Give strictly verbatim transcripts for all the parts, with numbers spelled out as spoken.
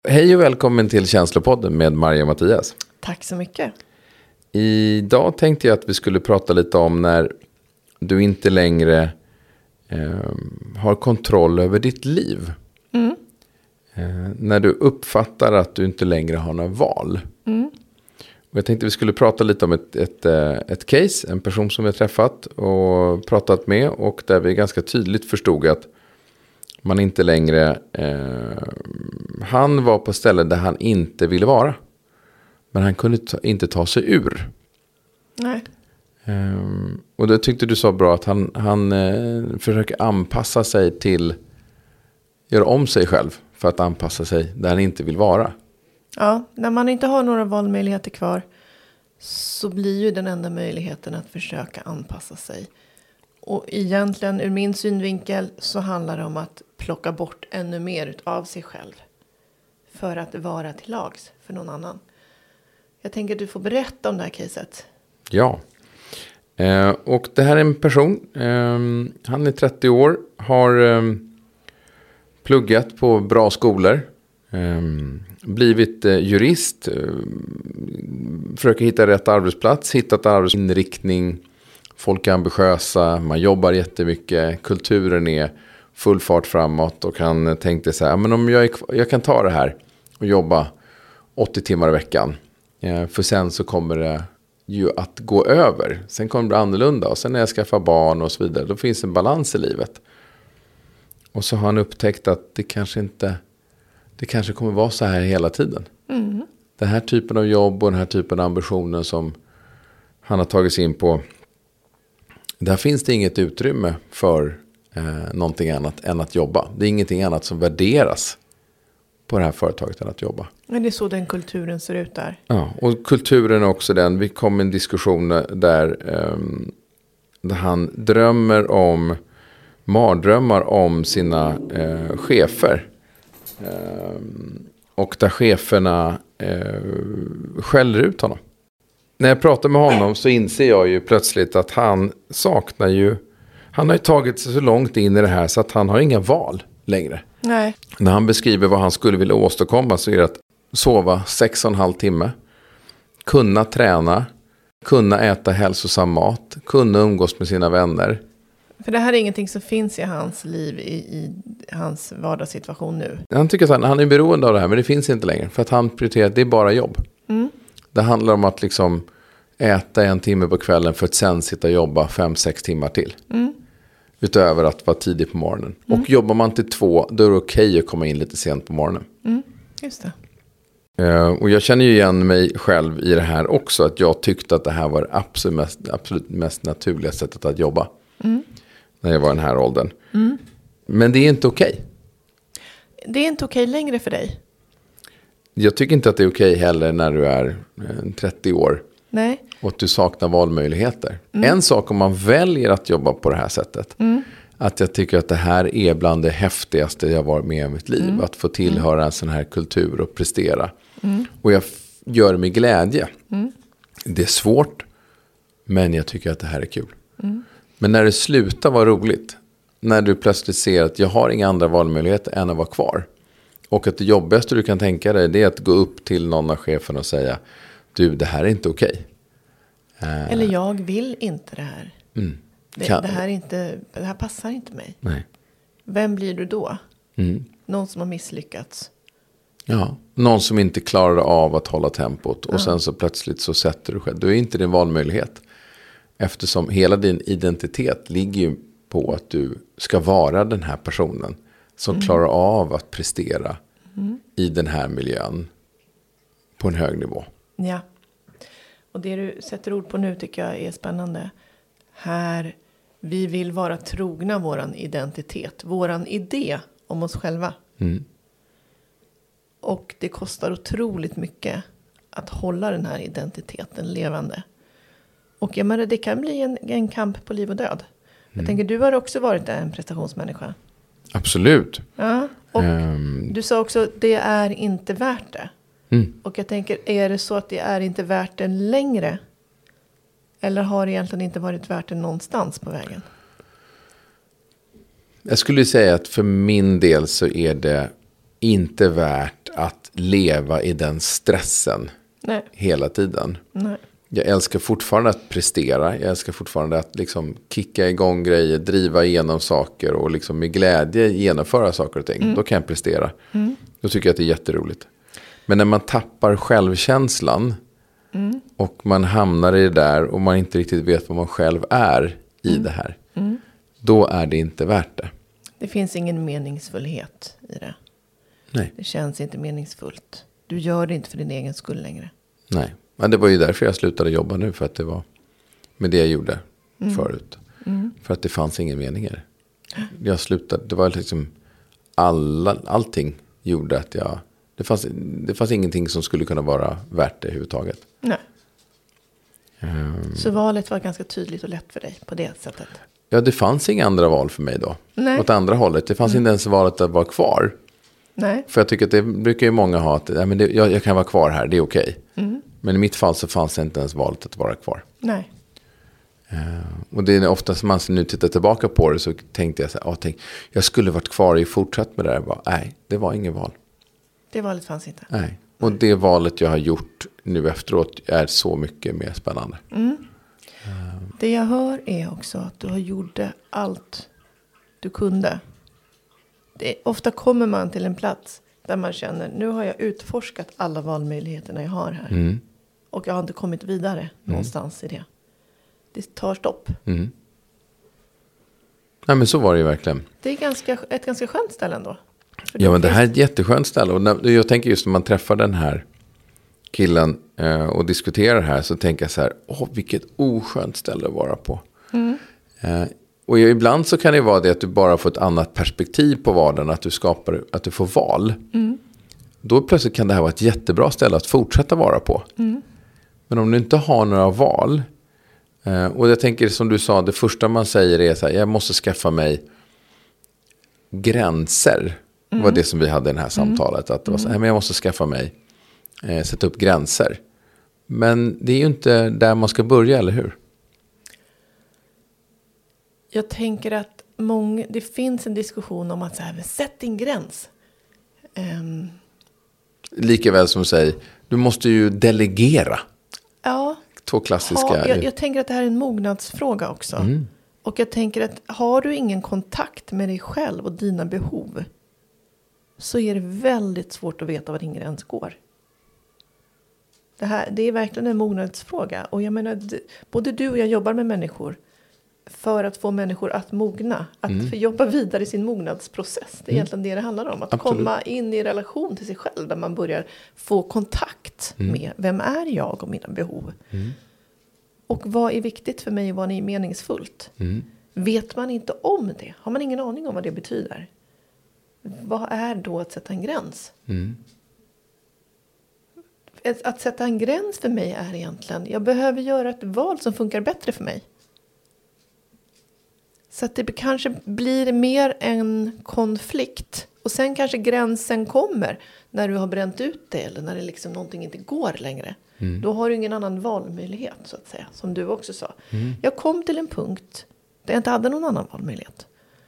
Hej och välkommen till Känslopodden med Maria och Mattias. Tack så mycket. Idag tänkte jag att vi skulle prata lite om när du inte längre eh, har kontroll över ditt liv. Mm. Eh, när du uppfattar att du inte längre har några val. Mm. Och jag tänkte vi skulle prata lite om ett, ett, ett case, en person som vi har träffat och pratat med. Och där vi ganska tydligt förstod att man inte längre, eh, han var på ställen där han inte ville vara. Men han kunde ta, inte ta sig ur. Nej. Eh, och då tyckte du så bra att han, han eh, försöker anpassa sig till, göra om sig själv för att anpassa sig där han inte vill vara. Ja, när man inte har några valmöjligheter kvar så blir ju den enda möjligheten att försöka anpassa sig. Och egentligen ur min synvinkel så handlar det om att plocka bort ännu mer av sig själv. För att vara till lags för någon annan. Jag tänker att du får berätta om det här caset. Ja. Eh, och det här är en person. Eh, han är trettio år. Har eh, pluggat på bra skolor. Eh, blivit eh, jurist. Eh, försöker hitta rätt arbetsplats. Hittat arbetsinriktning. Folk är ambitiösa, man jobbar jättemycket, kulturen är full fart framåt och han tänkte så här, men om jag, är, jag kan ta det här och jobba åttio timmar i veckan, för sen så kommer det ju att gå över, sen kommer det bli annorlunda och sen när jag skaffar barn och så vidare, då finns en balans i livet. Och så har han upptäckt att det kanske inte, det kanske kommer vara så här hela tiden. Mm. Den här typen av jobb och den här typen av ambitioner som han har tagit sig in på, där finns det inget utrymme för eh, någonting annat än att jobba. Det är ingenting annat som värderas på det här företaget än att jobba. Men det är så den kulturen ser ut där. Ja, och kulturen är också den. Vi kom i en diskussion där, eh, där han drömmer om, mardrömmar om sina eh, chefer. Eh, och där cheferna eh, skäller ut honom. När jag pratar med honom så inser jag ju plötsligt att han saknar ju, han har ju tagit sig så långt in i det här så att han har inga val längre. Nej. När han beskriver vad han skulle vilja åstadkomma så är det att sova sex och en halv timme, kunna träna, kunna äta hälsosam mat, kunna umgås med sina vänner. För det här är ingenting som finns i hans liv, i, i hans vardagssituation nu. Han tycker att han, han är beroende av det här, men det finns inte längre. För att han prioriterar att det är bara jobb. Mm. Det handlar om att liksom äta en timme på kvällen för att sen sitta och jobba fem, sex timmar till. Mm. Utöver att vara tidig på morgonen. Mm. Och jobbar man till två, då är det okej att komma in lite sent på morgonen. Mm. Just det. Uh, och jag känner ju igen mig själv i det här också. Att jag tyckte att det här var det absolut mest, absolut mest naturliga sättet att jobba. Mm. När jag var i den här åldern. Mm. Men det är inte okej. Det är inte okej längre för dig. Jag tycker inte att det är okej heller när du är trettio år. Nej. Och att du saknar valmöjligheter. Mm. En sak om man väljer att jobba på det här sättet. Mm. Att jag tycker att det här är bland det häftigaste jag varit med i mitt liv. Mm. Att få tillhöra mm. en sån här kultur och prestera. Mm. Och jag f- gör det med glädje. Mm. Det är svårt. Men jag tycker att det här är kul. Mm. Men när det slutar vara roligt. När du plötsligt ser att jag har inga andra valmöjligheter än att vara kvar. Och att det jobbigaste du kan tänka dig, det är att gå upp till någon av cheferna och säga, du, det här är inte okej. Uh, Eller jag vill inte det här. Mm, det, det, här är inte, det här passar inte mig. Nej. Vem blir du då? Mm. Någon som har misslyckats. Ja, någon som inte klarar av att hålla tempot. Och ja. Sen så plötsligt så sätter du själv. Du är inte din valmöjlighet. Eftersom hela din identitet ligger ju på att du ska vara den här personen. Som mm. klarar av att prestera mm. i den här miljön på en hög nivå. Ja, och det du sätter ord på nu tycker jag är spännande. Här, vi vill vara trogna våran identitet, våran idé om oss själva. Mm. Och det kostar otroligt mycket att hålla den här identiteten levande. Och jag menar, det kan bli en, en kamp på liv och död. Jag mm. tänker, du har också varit en prestationsmänniska. Absolut. Ja, och um. du sa också, det är inte värt det. Mm. Och jag tänker, är det så att det är inte värt det längre? Eller har det egentligen inte varit värt det någonstans på vägen? Jag skulle säga att för min del så är det inte värt att leva i den stressen Nej. hela tiden. Nej. Jag älskar fortfarande att prestera. Jag älskar fortfarande att liksom kicka igång grejer, driva igenom saker och liksom med glädje genomföra saker och ting. Mm. Då kan jag prestera. Mm. Då tycker jag att det är jätteroligt. Men när man tappar självkänslan mm. och man hamnar i det där och man inte riktigt vet vad man själv är i mm. det här. Mm. Då är det inte värt det. Det finns ingen meningsfullhet i det. Nej. Det känns inte meningsfullt. Du gör det inte för din egen skull längre. Nej, men det var ju därför jag slutade jobba nu. För att det var med det jag gjorde mm. förut. Mm. För att det fanns ingen mening i det. Jag slutade, det var liksom alla, allting gjorde att jag... Det fanns, det fanns ingenting som skulle kunna vara värt det överhuvudtaget. Nej. Um, Så valet var ganska tydligt och lätt för dig på det sättet? Ja, det fanns inga andra val för mig då. Nej. Åt andra hållet. Det fanns mm. inte ens valet att vara kvar. Nej. För jag tycker att det brukar ju många ha att ja, men det, jag, jag kan vara kvar här, det är okej. Mm. Men i mitt fall så fanns det inte ens valet att vara kvar. Nej. Uh, och det är ofta som man nu tittar tillbaka på det så tänkte jag så här, oh, tänk, jag skulle varit kvar och fortsatt med det här. Bara, nej, det var ingen val. Det valet fanns inte. Nej. Och det valet jag har gjort nu efteråt är så mycket mer spännande. Mm. Uh. Det jag hör är också att du har gjort allt du kunde. Det, ofta kommer man till en plats där man känner, nu har jag utforskat alla valmöjligheterna jag har här. Mm. Och jag har inte kommit vidare mm. någonstans i det. Det tar stopp. Mm. Nej, men så var det ju verkligen. Det är ganska, ett ganska skönt ställe ändå. Ja, men det här är ett jätteskönt ställe. Och när, jag tänker just när man träffar den här killen eh, och diskuterar här så tänker jag så här, åh, vilket oskönt ställe att vara på. Mm. Eh, och ibland så kan det vara det att du bara får ett annat perspektiv på vardagen, att du skapar, att du får val. Mm. Då plötsligt kan det här vara ett jättebra ställe att fortsätta vara på. Mm. Men om du inte har några val, eh, och jag tänker som du sa, det första man säger är så här, jag måste skaffa mig gränser. Mm. Var det som vi hade i det här samtalet. Mm. Att det var så här, men jag måste skaffa mig, eh, sätta upp gränser. Men det är ju inte där man ska börja, eller hur? Jag tänker att många, det finns en diskussion om att så här, sätt din gräns. Um, Likaväl som säger, du måste ju delegera. Ja. Två klassiska. Ha, jag, jag tänker att det här är en mognadsfråga också. Mm. Och jag tänker att har du ingen kontakt med dig själv och dina behov, så är det väldigt svårt att veta var din gräns går. Det, här, det är verkligen en mognadsfråga. Och jag menar, både du och jag jobbar med människor för att få människor att mogna. Att mm. få jobba vidare i sin mognadsprocess. Det är mm. egentligen det det handlar om. Att Absolut. komma in i relation till sig själv. Där man börjar få kontakt mm. med vem är jag och mina behov. Mm. Och vad är viktigt för mig och vad är meningsfullt. Mm. Vet man inte om det? Har man ingen aning om vad det betyder? Vad är då att sätta en gräns? Mm. Att sätta en gräns för mig är egentligen, jag behöver göra ett val som funkar bättre för mig. Så att det kanske blir mer en konflikt. Och sen kanske gränsen kommer när du har bränt ut det. Eller när det liksom någonting inte går längre. Mm. Då har du ingen annan valmöjlighet så att säga. Som du också sa. Mm. Jag kom till en punkt där jag inte hade någon annan valmöjlighet.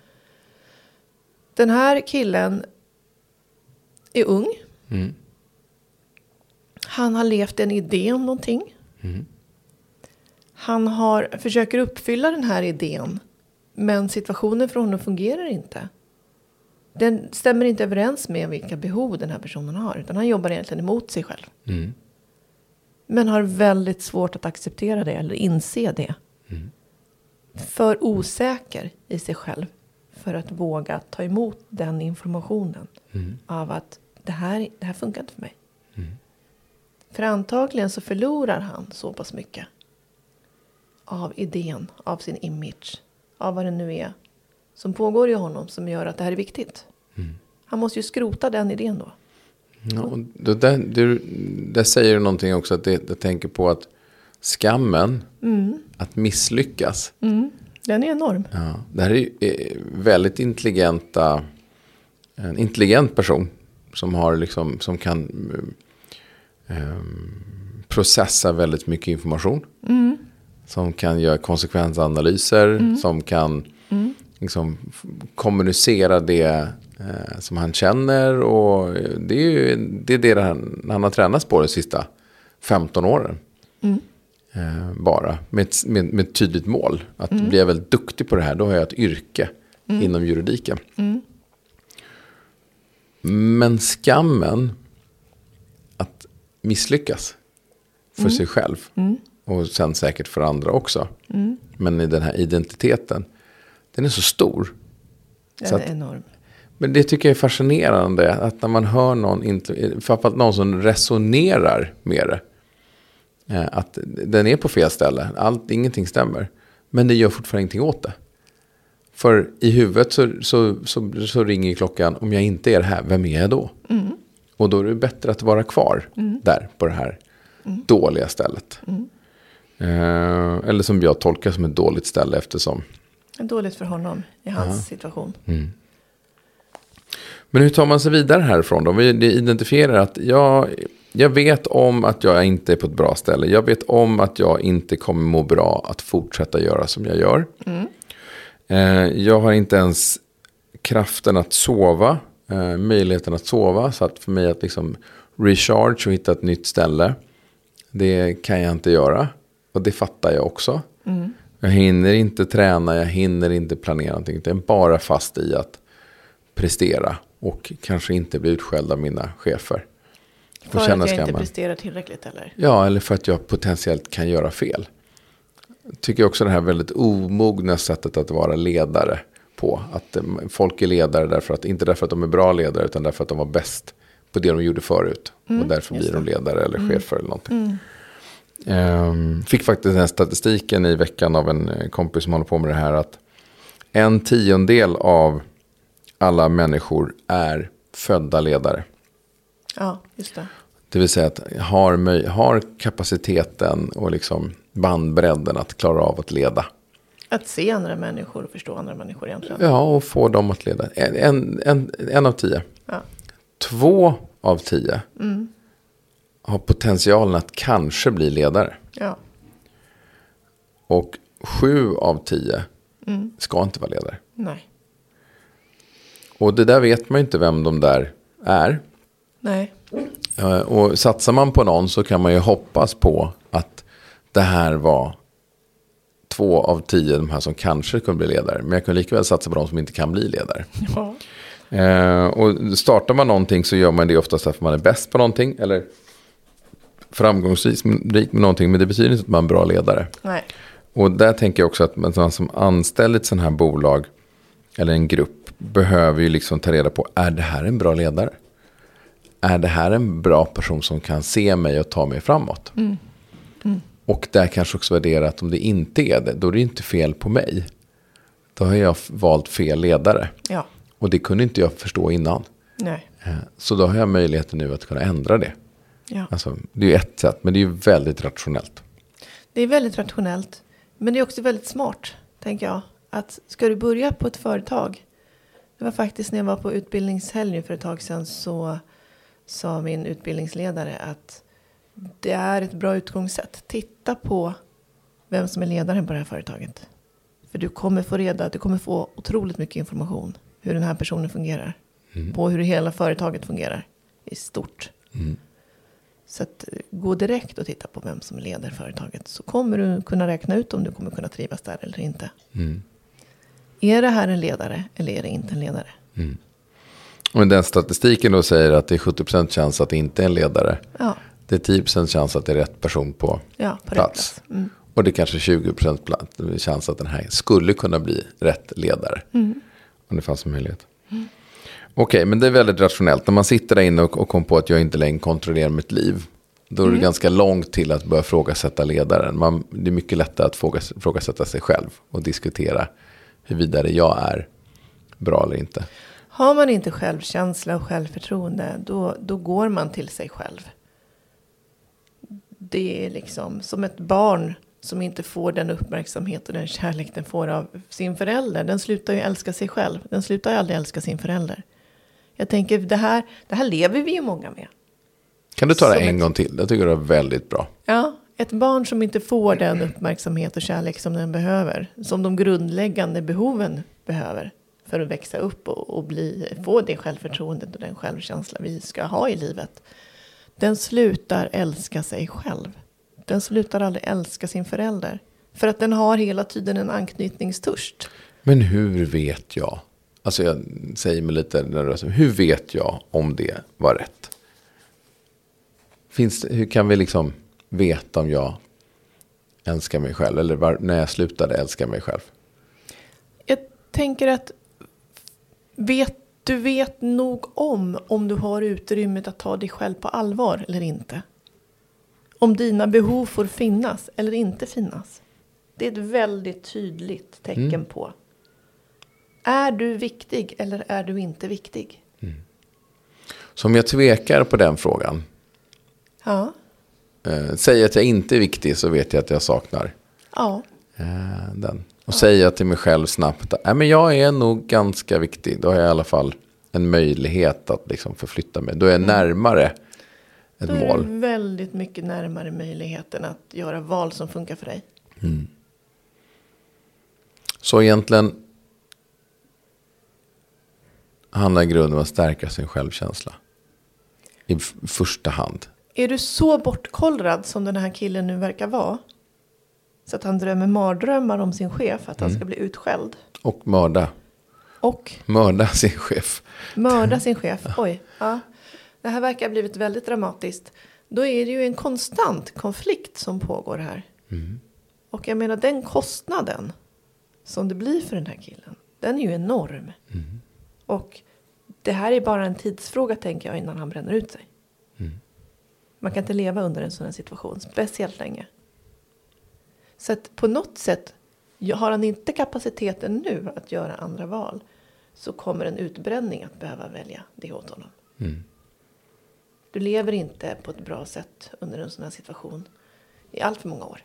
Den här killen är ung. Mm. Han har levt en idé om någonting. Mm. Han har, försöker uppfylla den här idén. Men situationen för honom fungerar inte. Den stämmer inte överens med vilka behov den här personen har. Utan han jobbar egentligen emot sig själv. Mm. Men har väldigt svårt att acceptera det eller inse det. Mm. För osäker i sig själv. För att våga ta emot den informationen. Mm. Av att det här, det här funkar inte för mig. Mm. För antagligen så förlorar han så pass mycket. Av idén, av sin image. Av vad det nu är som pågår i honom som gör att det här är viktigt. Mm. Han måste ju skrota den idén då. Ja, och det, där, det, där säger du någonting också att det, jag tänker på att skammen mm. att misslyckas. Mm. Den är enorm. Ja, det här är ju väldigt intelligenta, en intelligent person som har liksom, som kan um, processa väldigt mycket information. Mm. Som kan göra konsekvensanalyser. Mm. Som kan mm. liksom, kommunicera det eh, som han känner. Och det är ju det, är det han, han har tränats på de sista femton åren. Mm. Eh, bara med ett, med, med ett tydligt mål. Att mm. blir jag väldigt duktig på det här, då har jag ett yrke mm. inom juridiken. Mm. Men skammen att misslyckas för mm. sig själv. Mm. Och sen säkert för andra också. Mm. Men i den här identiteten, den är så stor. Den så är att, enorm. Men det tycker jag är fascinerande. Att när man hör någon, framförallt någon som resonerar med det. Att den är på fel ställe. Allt, ingenting stämmer. Men det gör fortfarande ingenting åt det. För i huvudet så, så, så, så ringer klockan. Om jag inte är det här, vem är jag då? Mm. Och då är det bättre att vara kvar mm. där på det här mm. dåliga stället. Mm. Eh, eller som jag tolkar som ett dåligt ställe eftersom. Dåligt för honom i hans Aha. situation. Mm. Men hur tar man sig vidare härifrån då? Vi identifierar att jag, jag vet om att jag inte är på ett bra ställe. Jag vet om att jag inte kommer må bra att fortsätta göra som jag gör. Mm. Eh, jag har inte ens kraften att sova. Eh, möjligheten att sova. Så att för mig att liksom recharge och hitta ett nytt ställe. Det kan jag inte göra. Och det fattar jag också. Mm. Jag hinner inte träna. Jag hinner inte planera någonting. Jag är bara fast i att prestera. Och kanske inte bli utskälld av mina chefer. För att jag inte presterar tillräckligt eller? Ja, eller för att jag potentiellt kan göra fel. Tycker också det här väldigt omogna sättet att vara ledare på. Att folk är ledare därför att, inte därför att de är bra ledare utan därför att de var bäst på det de gjorde förut. Mm, och därför blir de ledare eller mm. chefer eller någonting. Mm. Um, fick faktiskt den här statistiken i veckan av en kompis som håller på med det här. Att en tiondel av alla människor är födda ledare. Ja, just det. Det vill säga att har, möj- har kapaciteten och liksom bandbredden att klara av att leda. Att se andra människor och förstå andra människor egentligen. Ja, och få dem att leda. En, en, en, en av tio. Ja. Två av tio mm. har potentialen att kanske bli ledare. Ja. Och sju av tio mm. ska inte vara ledare. Nej. Och det där vet man ju inte vem de där är. Nej. Och satsar man på någon så kan man ju hoppas på att det här var två av tio de här som kanske kunde bli ledare. Men jag kan lika väl satsa på de som inte kan bli ledare. Ja. Eh, och startar man någonting så gör man det oftast för att man är bäst på någonting. Eller framgångsrik med någonting. Men det betyder inte att man är en bra ledare. Nej. Och där tänker jag också att man som anställd i ett sån här bolag eller en grupp behöver ju liksom ta reda på, är det här en bra ledare? Är det här en bra person som kan se mig och ta mig framåt? Mm. Mm. Och där kanske också värdera att om det inte är det, då är det inte fel på mig. Då har jag valt fel ledare. Ja. Och det kunde inte jag förstå innan. Nej. Så då har jag möjligheten nu att kunna ändra det. Ja. Alltså, det är ju ett sätt, men det är ju väldigt rationellt. Det är väldigt rationellt. Men det är också väldigt smart, tänker jag. Att ska du börja på ett företag. Det var faktiskt när jag var på utbildningshelg för ett tag sedan så sa min utbildningsledare att det är ett bra utgångssätt. Titta på vem som är ledaren på det här företaget. För du kommer få reda, du kommer få otroligt mycket information. Hur den här personen fungerar. Mm. På hur hela företaget fungerar i stort. Mm. Så att gå direkt och titta på vem som leder företaget. Så kommer du kunna räkna ut om du kommer kunna trivas där eller inte. Mm. Är det här en ledare eller är det inte en ledare? Mm. Och den statistiken då säger att det är sjuttio procent chans att det inte är en ledare. Ja. Det är tio procent chans att det är rätt person på, ja, på plats. plats. Mm. Och det är kanske tjugo procent chans att den här skulle kunna bli rätt ledare. Mm. Om det fanns en möjlighet. Mm. Okej, okay, men det är väldigt rationellt. När man sitter där inne och, och kommer på att jag inte längre kontrollerar mitt liv. Då är det mm. ganska långt till att börja frågasätta ledaren. Man, det är mycket lättare att fråga, frågasätta sig själv. Och diskutera huruvida jag är bra eller inte. Har man inte självkänsla och självförtroende, då, då går man till sig själv. Det är liksom som ett barn som inte får den uppmärksamhet och den kärlek den får av sin förälder. Den slutar ju älska sig själv. Den slutar ju aldrig älska sin förälder. Jag tänker, det här, det här lever vi ju många med. Kan du ta det som en ett, gång till? Jag tycker det är väldigt bra. Ja, ett barn som inte får den uppmärksamhet och kärlek som den behöver. Som de grundläggande behoven behöver. för att växa upp och, och bli, få det självförtroendet och den självkänsla vi ska ha i livet. Den slutar älska sig själv. Den slutar aldrig älska sin förälder. För att den har hela tiden en anknytningstörst. Men hur vet jag? Alltså jag säger mig lite nervös. Hur vet jag om det var rätt? Finns det, hur kan vi liksom veta om jag älskar mig själv? Eller var, när jag slutade älska mig själv? Jag tänker att vet, du vet nog om om du har utrymmet att ta dig själv på allvar eller inte. Om dina behov får finnas eller inte finnas. Det är ett väldigt tydligt tecken mm. på. Är du viktig eller är du inte viktig? Mm. Så om jag tvekar på den frågan. Ja. Eh, säger att jag inte är viktig så vet jag att jag saknar ja. eh, den. Och ja. säger jag till mig själv snabbt. Äh, men jag är nog ganska viktig. Då har jag i alla fall en möjlighet att liksom förflytta mig. Då är jag mm. närmare ett Då mål. Då är du väldigt mycket närmare möjligheten att göra val som funkar för dig. Mm. Så egentligen handlar grunden om att stärka sin självkänsla. I f- första hand. Är du så bortkollrad som den här killen nu verkar vara? Så att han drömmer mardrömmar om sin chef. Att han mm. ska bli utskälld. Och mörda. Och? Mörda sin chef. Mörda sin chef. Oj. Ja. Det här verkar ha blivit väldigt dramatiskt. Då är det ju en konstant konflikt som pågår här. Mm. Och jag menar den kostnaden som det blir för den här killen. Den är ju enorm. Mm. Och det här är bara en tidsfråga tänker jag innan han bränner ut sig. Mm. Man kan inte leva under en sån här situation. Speciellt länge. Så att på något sätt. Har han inte kapaciteten nu att göra andra val. Så kommer en utbränning att behöva välja det åt honom. Mm. Du lever inte på ett bra sätt under en sån här situation. I allt för många år.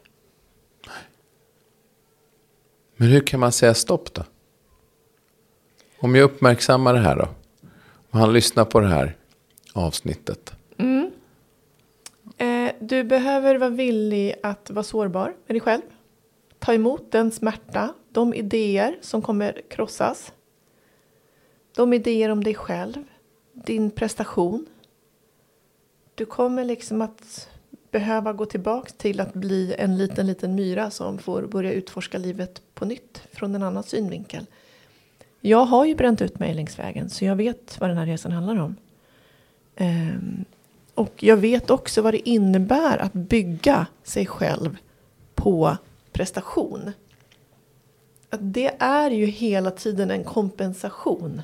Men hur kan man säga stopp då? Om jag uppmärksammar det här då. Om han lyssnar på det här avsnittet. Mm. Eh, du behöver vara villig att vara sårbar med dig själv. Ta emot den smärta. De idéer som kommer krossas. De idéer om dig själv. Din prestation. Du kommer liksom att behöva gå tillbaka till att bli en liten, liten myra som får börja utforska livet på nytt från en annan synvinkel. Jag har ju bränt ut mig längs vägen så jag vet vad den här resan handlar om. Um, och jag vet också vad det innebär att bygga sig själv på prestation. Att det är ju hela tiden en kompensation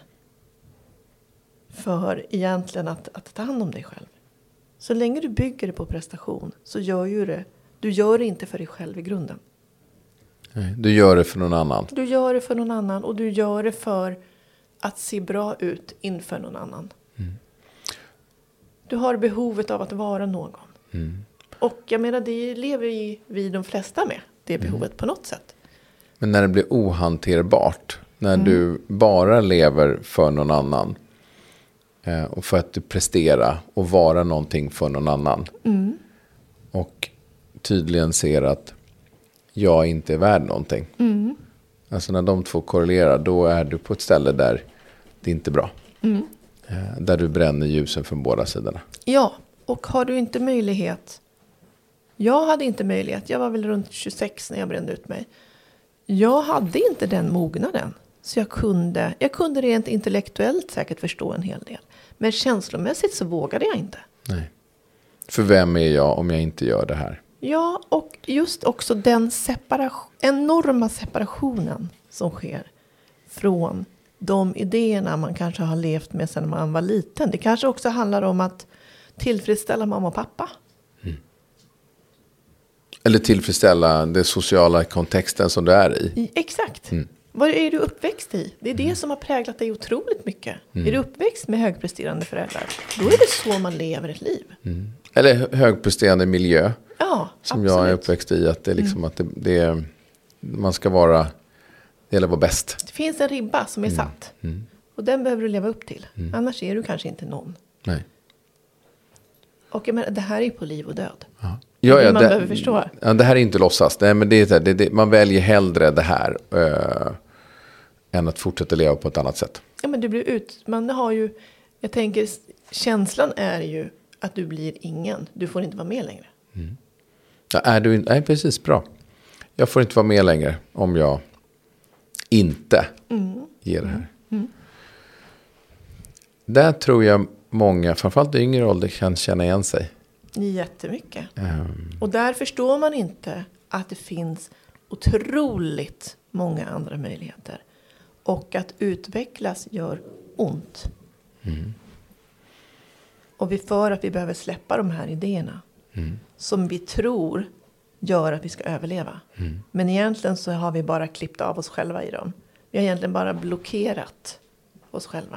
för egentligen att, att ta hand om dig själv. Så länge du bygger det på prestation så gör ju det. Du gör det inte för dig själv i grunden. Nej, du gör det för någon annan. Du gör det för någon annan och du gör det för att se bra ut inför någon annan. Mm. Du har behovet av att vara någon. Mm. Och jag menar det lever vi de flesta med. Det behovet mm. på något sätt. Men när det blir ohanterbart. När mm. du bara lever för någon annan. Och för att du presterar och vara någonting för någon annan. Mm. Och tydligen ser att jag inte är värd någonting. Mm. Alltså när de två korrelerar, då är du på ett ställe där det inte är bra. Mm. Där du bränner ljusen från båda sidorna. Ja, och har du inte möjlighet. Jag hade inte möjlighet. Jag var väl runt tjugosex när jag brände ut mig. Jag hade inte den mognaden. Så jag kunde, jag kunde rent intellektuellt säkert förstå en hel del. Men känslomässigt så vågade jag inte. Nej. För vem är jag om jag inte gör det här? Ja, och just också den separation, enorma separationen som sker från de idéerna man kanske har levt med sedan man var liten. Det kanske också handlar om att tillfredsställa mamma och pappa. Mm. Eller tillfredsställa den sociala kontexten som du är i. I exakt. Mm. Vad är du uppväxt i? Det är det som har präglat dig otroligt mycket. Mm. Är du uppväxt med högpresterande föräldrar? Då är det så man lever ett liv. Mm. Eller högpresterande miljö. Ja, som absolut. Jag är uppväxt i. Att det är liksom mm. att det, det är, man ska vara, det gäller att vara bäst. Det finns en ribba som är mm. satt. Mm. Och den behöver du leva upp till. Mm. Annars är du kanske inte någon. Nej. Och jag menar, det här är på liv och död. Ja. Ja, ja, man det, behöver förstå. Ja, det här är inte låtsas. Nej, men det är, det, det, man väljer hellre det här. Uh, än att fortsätta leva på ett annat sätt. Ja, men du blir ut... Man har ju... Jag tänker, känslan är ju att du blir ingen. Du får inte vara med längre. Mm. Ja, är du, nej, precis, bra. Jag får inte vara med längre om jag inte mm. ger det här. Mm. Där tror jag många, framförallt i yngre ålder, kan känna igen sig. Jättemycket. Um. Och där förstår man inte att det finns otroligt många andra möjligheter. Och att utvecklas gör ont. Mm. Och vi för att vi behöver släppa de här idéerna. Mm. Som vi tror gör att vi ska överleva. Mm. Men egentligen så har vi bara klippt av oss själva i dem. Vi har egentligen bara blockerat oss själva.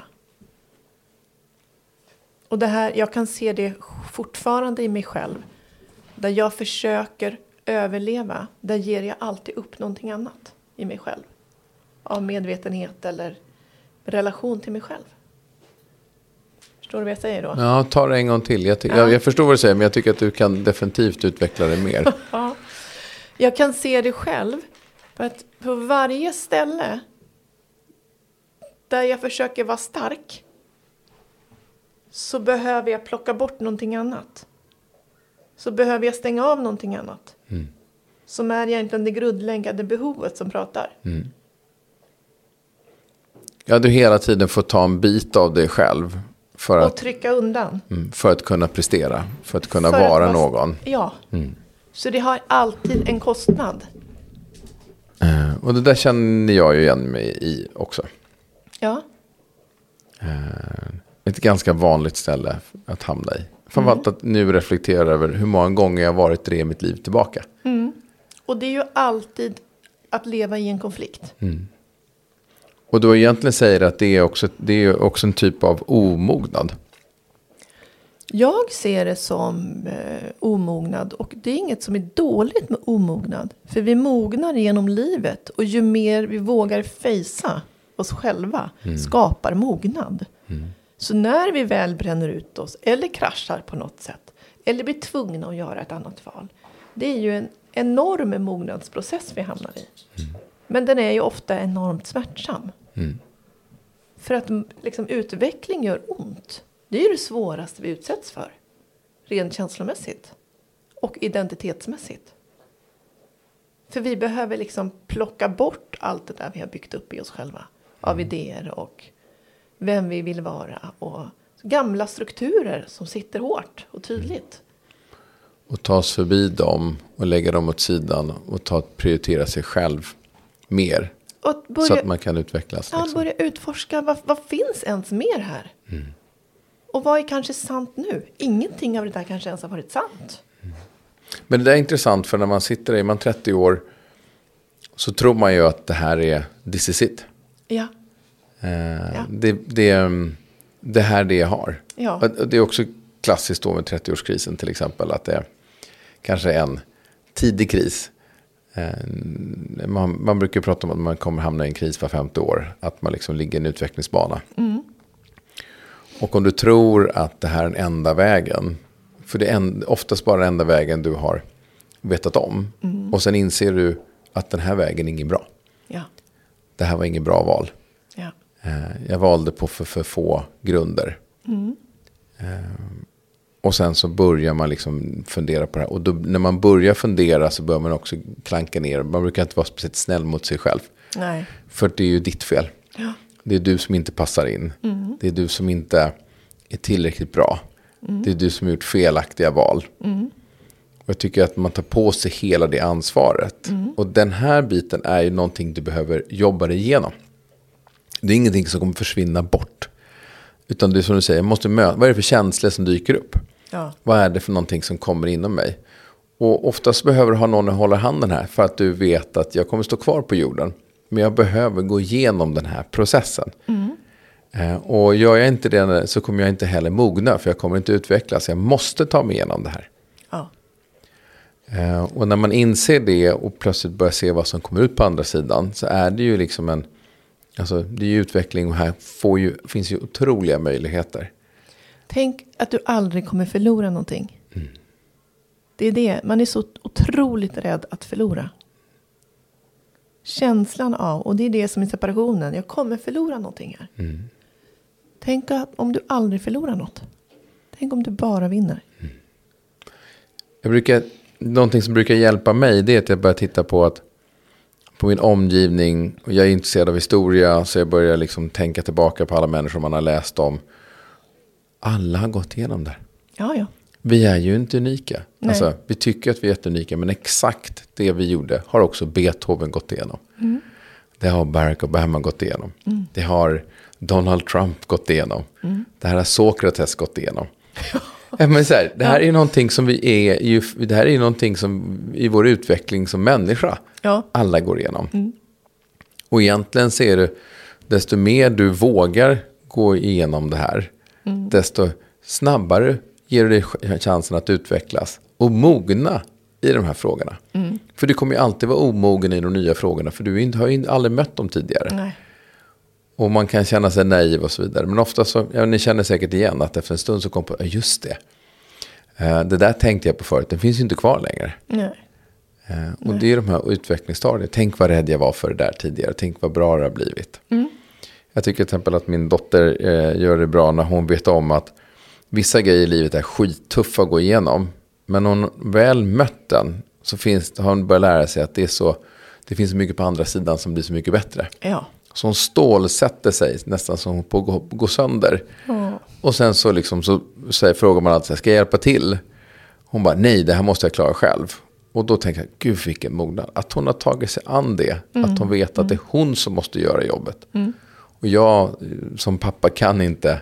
Och det här, jag kan se det fortfarande i mig själv. Där jag försöker överleva. Där ger jag alltid upp någonting annat i mig själv. Av medvetenhet eller relation till mig själv. Förstår du vad jag säger då? Ja, ta det en gång till. Jag, ty- ja. jag, jag förstår vad du säger, men jag tycker att du kan definitivt utveckla det mer. Ja. Jag kan se det själv. För att på varje ställe där jag försöker vara stark så behöver jag plocka bort någonting annat. Så behöver jag stänga av någonting annat. Mm. Som är egentligen det grundläggande behovet som pratar. Mm. Ja, du hela tiden får ta en bit av dig själv. För och att, trycka undan. Mm, för att kunna prestera. För att kunna för vara, att vara någon. Ja. Mm. Så det har alltid en kostnad. Uh, och det där känner jag ju igen mig i också. Ja. Uh, ett ganska vanligt ställe att hamna i. Framförallt mm. att nu reflektera över hur många gånger jag varit det i mitt liv tillbaka. Mm. Och det är ju alltid att leva i en konflikt. Mm. Och då egentligen säger att det är också, det är också en typ av omognad. Jag ser det som eh, omognad. Och det är inget som är dåligt med omognad. För vi mognar genom livet. Och ju mer vi vågar fejsa oss själva mm. skapar mognad. Mm. Så när vi väl bränner ut oss eller kraschar på något sätt. Eller blir tvungna att göra ett annat val. Det är ju en enorm mognadsprocess vi hamnar i. Mm. Men den är ju ofta enormt smärtsam. Mm. För att liksom, utveckling gör ont. Det är ju det svåraste vi utsätts för. Rent känslomässigt. Och identitetsmässigt. För vi behöver liksom plocka bort allt det där vi har byggt upp i oss själva. Av mm. idéer och vem vi vill vara. Och gamla strukturer som sitter hårt och tydligt. Och ta oss förbi dem och lägga dem åt sidan. Och ta att prioritera sig själv mer. Och börja, så att man kan utvecklas. Ja, liksom. Börja utforska. Vad, vad finns ens mer här? Mm. Och vad är kanske sant nu? Ingenting av det där kanske ens har varit sant. Mm. Men det där är intressant. För när man sitter där, är man trettio år. Så tror man ju att det här är this is it. Ja. Eh, ja. Det, det, det här det jag har. Ja. Och det är också klassiskt då med trettioårskrisen till exempel. Att det är kanske en tidig kris. Man, man brukar prata om att man kommer hamna i en kris var femte år. Att man liksom ligger i en utvecklingsbana. Mm. Och om du tror att det här är den enda vägen. För det är en, oftast bara den enda vägen du har vetat om. Mm. Och sen inser du att den här vägen är ingen bra. Ja. Det här var ingen bra val. Ja. Jag valde på för, för få grunder. Mm. Och sen så börjar man liksom fundera på det här. Och då, när man börjar fundera så bör man också klanka ner. Man brukar inte vara speciellt snäll mot sig själv. Nej. För det är ju ditt fel. Ja. Det är du som inte passar in. Mm. Det är du som inte är tillräckligt bra. Mm. Det är du som har gjort felaktiga val. Mm. Och jag tycker att man tar på sig hela det ansvaret. Mm. Och den här biten är ju någonting du behöver jobba dig igenom. Det är ingenting som kommer försvinna bort. Utan det är som du säger, jag måste möta, vad är det för känslor som dyker upp? Ja. Vad är det för någonting som kommer inom mig? Och oftast behöver du ha någon att hålla handen här. För att du vet att jag kommer stå kvar på jorden. Men jag behöver gå igenom den här processen. Mm. Eh, och gör jag inte det så kommer jag inte heller mogna. För jag kommer inte utvecklas. Jag måste ta mig igenom det här. Ja. Eh, och när man inser det och plötsligt börjar se vad som kommer ut på andra sidan. Så är det ju liksom en... Alltså det är ju utveckling och här får ju, finns ju otroliga möjligheter. Tänk att du aldrig kommer förlora någonting. Mm. Det är det. Man är så otroligt rädd att förlora. Känslan av, och det är det som är separationen. Jag kommer förlora någonting här. Mm. Tänk att om du aldrig förlorar något. Tänk om du bara vinner. Mm. Jag brukar, någonting som brukar hjälpa mig, det är att jag börjar titta på att på min omgivning, och jag är intresserad av historia, så jag börjar liksom tänka tillbaka på alla människor man har läst om. Alla har gått igenom det. Ja, ja. Vi är ju inte unika. Alltså, vi tycker att vi är jätteunika, men exakt det vi gjorde har också Beethoven gått igenom. Mm. Det har Barack Obama gått igenom. Mm. Det har Donald Trump gått igenom. Mm. Det här har Sokrates gått igenom. Men så här, det här ja. är någonting som vi är ju, det här är någonting som i vår utveckling som människa ja. alla går igenom. Mm. Och egentligen så är det, desto mer du vågar gå igenom det här, mm. desto snabbare ger du dig chansen att utvecklas och mogna i de här frågorna. Mm. För du kommer ju alltid vara omogen i de nya frågorna, för du har ju aldrig mött dem tidigare. Nej. Och man kan känna sig naiv och så vidare. Men ofta så, ja, ni känner säkert igen att efter en stund så kom på, ja just det. Uh, det där tänkte jag på förut, den finns ju inte kvar längre. Nej. Uh, och Nej. det är de här utvecklingsstadierna. Tänk vad rädd jag var för det där tidigare. Tänk vad bra det har blivit. Mm. Jag tycker till exempel att min dotter uh, gör det bra när hon vet om att vissa grejer i livet är skittuffa att gå igenom. Men hon väl mött den så finns, har hon börjat lära sig att det är så, det finns så mycket på andra sidan som blir så mycket bättre. Ja. Så hon stålsätter sig nästan som på att gå, gå sönder. Mm. Och sen så, liksom, så, så frågar man alltid, ska jag hjälpa till? Hon bara, nej, det här måste jag klara själv. Och då tänker jag, gud vilken mognad. Att hon har tagit sig an det. Mm. Att hon vet att mm. det är hon som måste göra jobbet. Mm. Och jag som pappa kan inte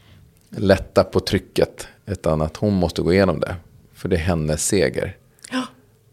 lätta på trycket. Utan att hon måste gå igenom det. För det är hennes seger. Ja.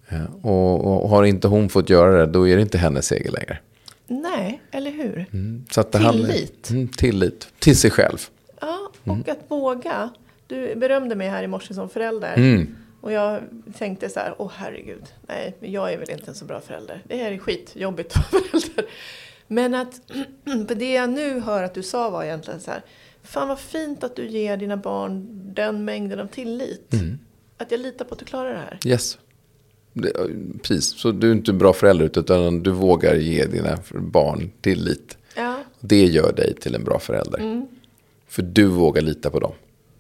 Och, och har inte hon fått göra det, då är det inte hennes seger längre. Nej, eller hur? Mm, så att det tillit. Handlar, mm, tillit till sig själv. Ja, och mm. att våga. Du berömde mig här i morse som förälder. Mm. Och jag tänkte så här, åh herregud. Nej, jag är väl inte en så bra förälder. Det här är skitjobbigt att vara förälder. Men att, för det jag nu hör att du sa var egentligen så här, fan vad fint att du ger dina barn den mängden av tillit. Mm. Att jag litar på att du klarar det här. Yes. Det, precis, så du är inte en bra förälder utan du vågar ge dina barn tillit. Ja. Det gör dig till en bra förälder. Mm. För du vågar lita på dem.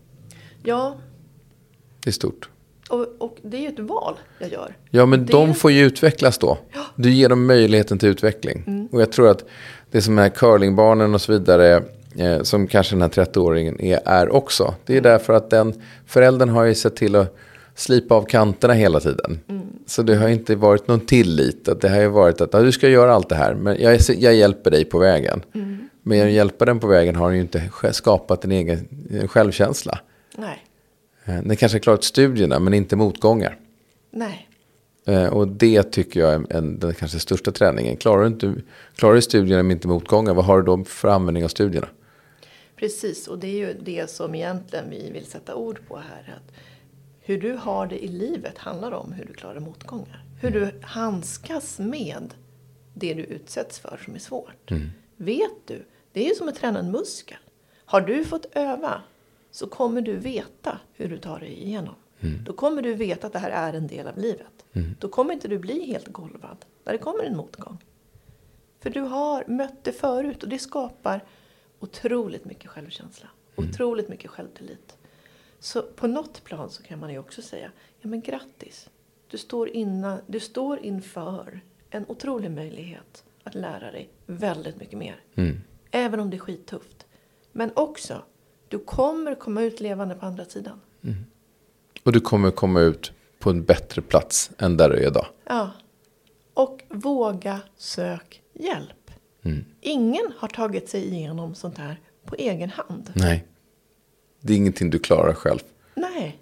Ja. Det är stort. Och, och det är ju ett val jag gör. Ja, men det... de får ju utvecklas då. Ja. Du ger dem möjligheten till utveckling. Mm. Och jag tror att det som är curlingbarnen och så vidare, eh, som kanske den här trettioåringen är, är också. Det är mm. därför att den föräldern har ju sett till att slipa av kanterna hela tiden. Mm. Så det har inte varit någon tillit. Att det har ju varit att ja, du ska göra allt det här. Men jag, jag hjälper dig på vägen. Mm. Men jag hjälper den på vägen har ju inte skapat en egen en självkänsla. Nej. Den kanske har klarat studierna men inte motgångar. Nej. Och det tycker jag är en, den kanske största träningen. Klarar du, inte, klarar du studierna men inte motgångar, vad har du då för användning av studierna? Precis, och det är ju det som egentligen vi vill sätta ord på här. Att hur du har det i livet handlar om hur du klarar motgångar. Hur du handskas med det du utsätts för som är svårt. Mm. Vet du, det är ju som att träna en muskel. Har du fått öva så kommer du veta hur du tar dig igenom. Mm. Då kommer du veta att det här är en del av livet. Mm. Då kommer inte du bli helt golvad när det kommer en motgång. För du har mött det förut och det skapar otroligt mycket självkänsla. Mm. Otroligt mycket självtillit. Så på något plan så kan man ju också säga, ja men grattis. Du står, inna, du står inför en otrolig möjlighet att lära dig väldigt mycket mer. Mm. Även om det är skittufft. Men också, du kommer komma ut levande på andra sidan. Mm. Och du kommer komma ut på en bättre plats än där du är idag. Ja. Och våga sök hjälp. Mm. Ingen har tagit sig igenom sånt här på egen hand. Nej. Det är ingenting du klarar själv. Nej.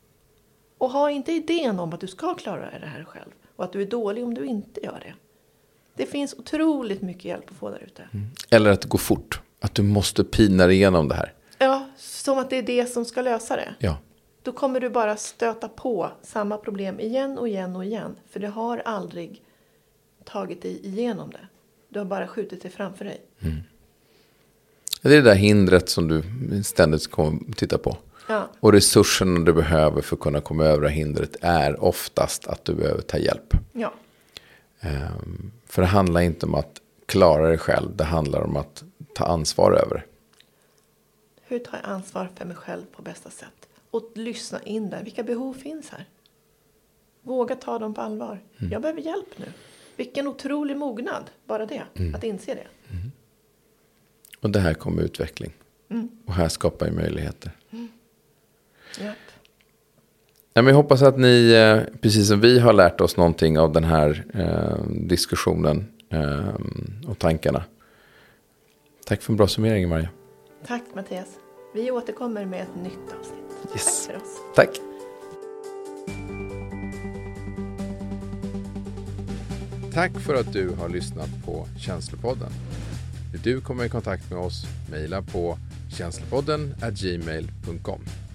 Och ha inte idén om att du ska klara det här själv. Och att du är dålig om du inte gör det. Det finns otroligt mycket hjälp att få där ute. Mm. Eller att det går fort. Att du måste pina igenom det här. Ja, som att det är det som ska lösa det. Ja. Då kommer du bara stöta på samma problem igen och igen och igen. För det har aldrig tagit dig igenom det. Du har bara skjutit det framför dig. Mm. Det är det där hindret som du ständigt kommer titta på. Ja. Och resurserna du behöver för att kunna komma över hindret är oftast att du behöver ta hjälp. Ja. Um, för det handlar inte om att klara det själv. Det handlar om att ta ansvar över. Hur tar jag ansvar för mig själv på bästa sätt? Och lyssna in där. Vilka behov finns här? Våga ta dem på allvar. Mm. Jag behöver hjälp nu. Vilken otrolig mognad. Bara det. Mm. Att inse det. Mm. Och det här kommer utveckling. Mm. Och här skapar ju möjligheter. Mm. Yep. Ja, men jag hoppas att ni, precis som vi har lärt oss någonting av den här eh, diskussionen eh, och tankarna. Tack för en bra summering, Maria. Tack, Mattias. Vi återkommer med ett nytt avsnitt. Yes. Tack för oss. Tack. Tack för att du har lyssnat på Känslopodden. Vill du komma i kontakt med oss, mejla på känslopodden at gmail punkt com.